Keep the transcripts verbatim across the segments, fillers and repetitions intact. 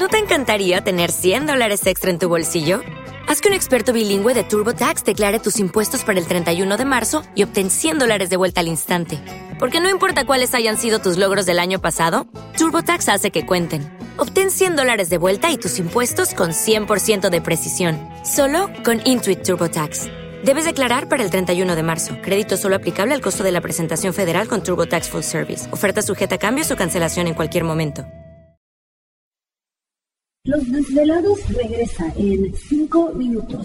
¿No te encantaría tener cien dólares extra en tu bolsillo? Haz que un experto bilingüe de TurboTax declare tus impuestos para el treinta y uno de marzo y obtén cien dólares de vuelta al instante. Porque no importa cuáles hayan sido tus logros del año pasado, TurboTax hace que cuenten. Obtén cien dólares de vuelta y tus impuestos con cien por ciento de precisión. Solo con Intuit TurboTax. Debes declarar para el treinta y uno de marzo. Crédito solo aplicable al costo de la presentación federal con TurboTax Full Service. Oferta sujeta a cambios o cancelación en cualquier momento. Los Desvelados regresa en cinco minutos.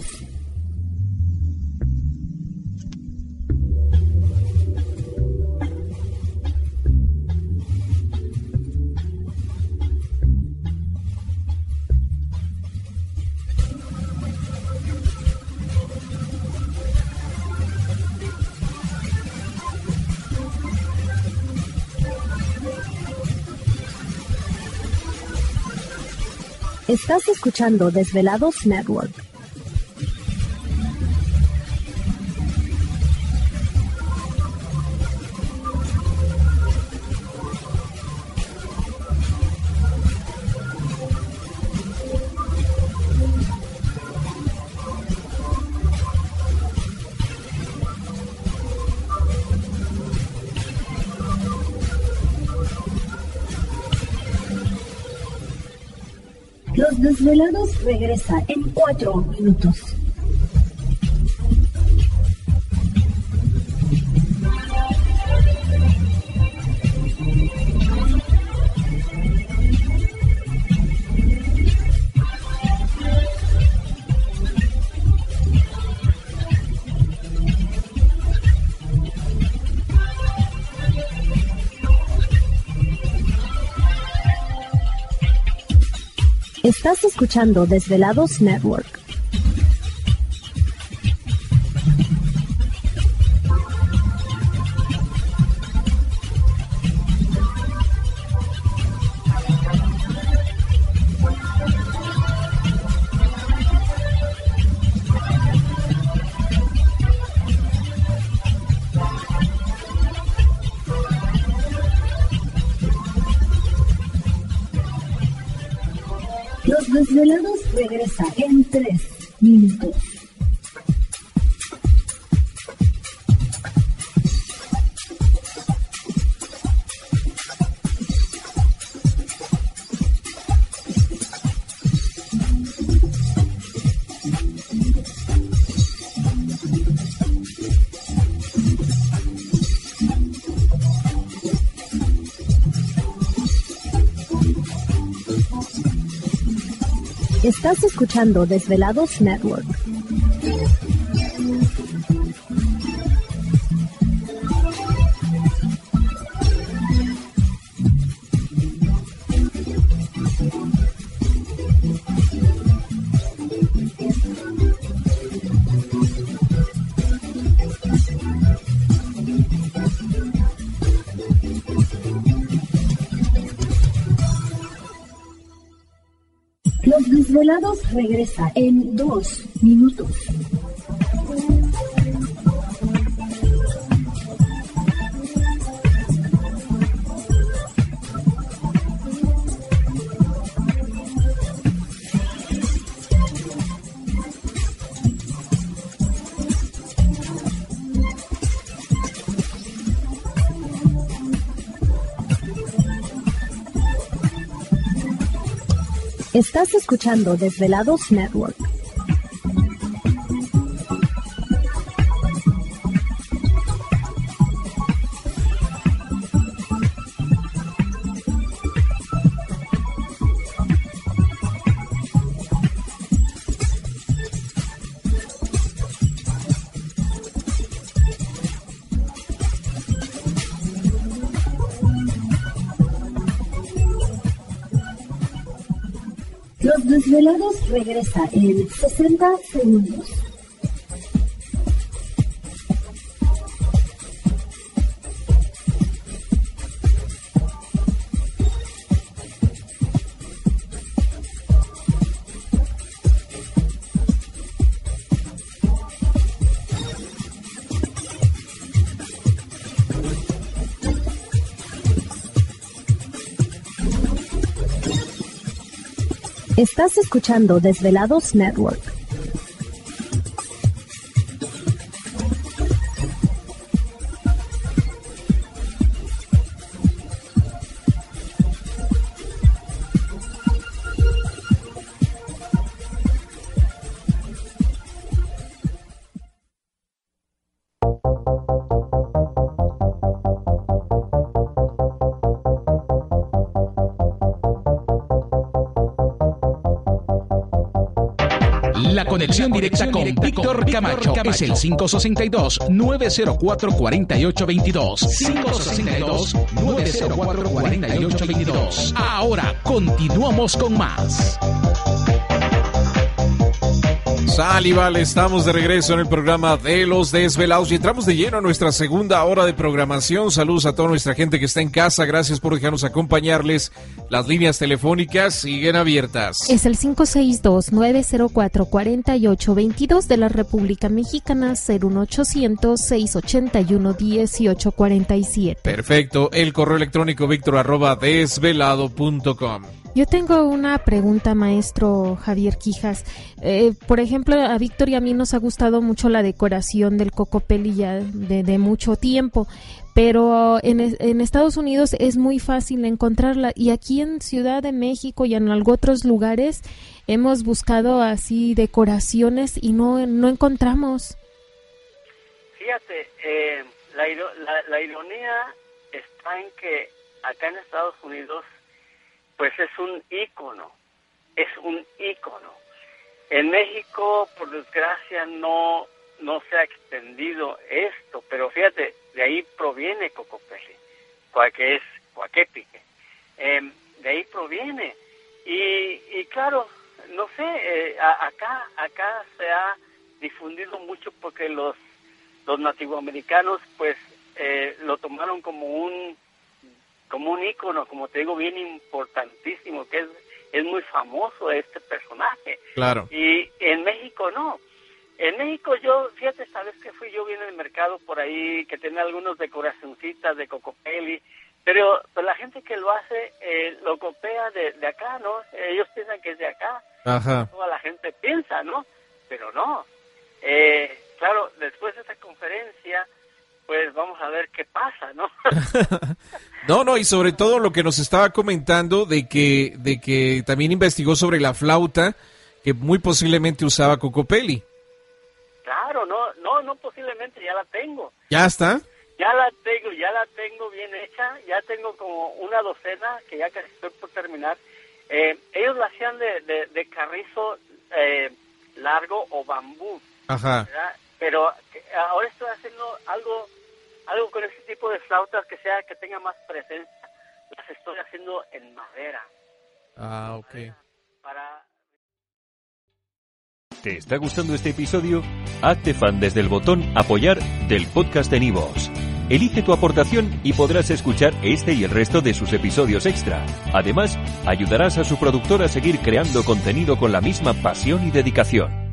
Estás escuchando Desvelados Network. Los Desvelados regresa en cuatro minutos. Estás escuchando Desvelados Network. Los Desvelados regresa en tres minutos. Estás escuchando Desvelados Network. Los Desvelados regresa en dos minutos. Estás escuchando Desvelados Network. Los Desvelados regresa en sesenta segundos. Estás escuchando Desvelados Network. La conexión directa con Víctor Camacho es el cinco sesenta y dos, nueve cero cuatro, cuatro ocho dos dos. cinco sesenta y dos, nueve cero cuatro, cuatro ocho dos dos. Ahora continuamos con más. Sal y vale, estamos de regreso en el programa de Los Desvelados y entramos de lleno a nuestra segunda hora de programación. Saludos a toda nuestra gente que está en casa, gracias por dejarnos acompañarles. Las líneas telefónicas siguen abiertas. Es el cinco seis dos, nueve cero cuatro, cuatro ocho dos dos de la República Mexicana, cero uno ochocientos, seiscientos ochenta y uno, dieciocho cuarenta y siete. Perfecto, el correo electrónico víctor arroba desvelado punto com. Yo tengo una pregunta, maestro Javier Quijas. Eh, por ejemplo, a Víctor y a mí nos ha gustado mucho la decoración del Cocopelli ya de, de mucho tiempo, pero en, en Estados Unidos es muy fácil encontrarla y aquí en Ciudad de México y en algunos otros lugares hemos buscado así decoraciones y no, no encontramos. Fíjate, eh, la, la, la ironía está en que acá en Estados Unidos pues es un ícono, es un ícono. En México, por desgracia, no, no se ha extendido esto, pero fíjate, de ahí proviene Cocopelli, que es Coaquepique, eh, de ahí proviene. Y, y claro, no sé, eh, a, acá acá se ha difundido mucho porque los, los nativoamericanos pues eh, lo tomaron como un como un ícono, como te digo, bien importantísimo, que es, es muy famoso este personaje. Claro. Y en México no. En México yo, fíjate, esta vez que fui yo vi en el mercado por ahí, que tiene algunos decoracioncitas de Cocopelli, pero, pero la gente que lo hace, eh, lo copia de, de acá, ¿no? Ellos piensan que es de acá. Ajá. Toda la gente piensa, ¿no? Pero no. Eh, claro, después de esta conferencia, pues vamos a ver qué pasa, ¿no? No, no, y sobre todo lo que nos estaba comentando de que de que también investigó sobre la flauta que muy posiblemente usaba Cocopelli. Claro, no, no, no posiblemente, ya la tengo. ¿Ya está? Ya la tengo, ya la tengo bien hecha, ya tengo como una docena que ya casi estoy por terminar. Eh, ellos la hacían de, de, de carrizo eh, largo o bambú. Ajá. ¿Verdad? Pero ahora estoy haciendo algo algo con ese tipo de flautas que sea que tenga más presencia. Las estoy haciendo en madera. Ah, ok. Madera para... ¿Te está gustando este episodio? Hazte fan desde el botón Apoyar del podcast de Nivos. Elige tu aportación y podrás escuchar este y el resto de sus episodios extra. Además, ayudarás a su productor a seguir creando contenido con la misma pasión y dedicación.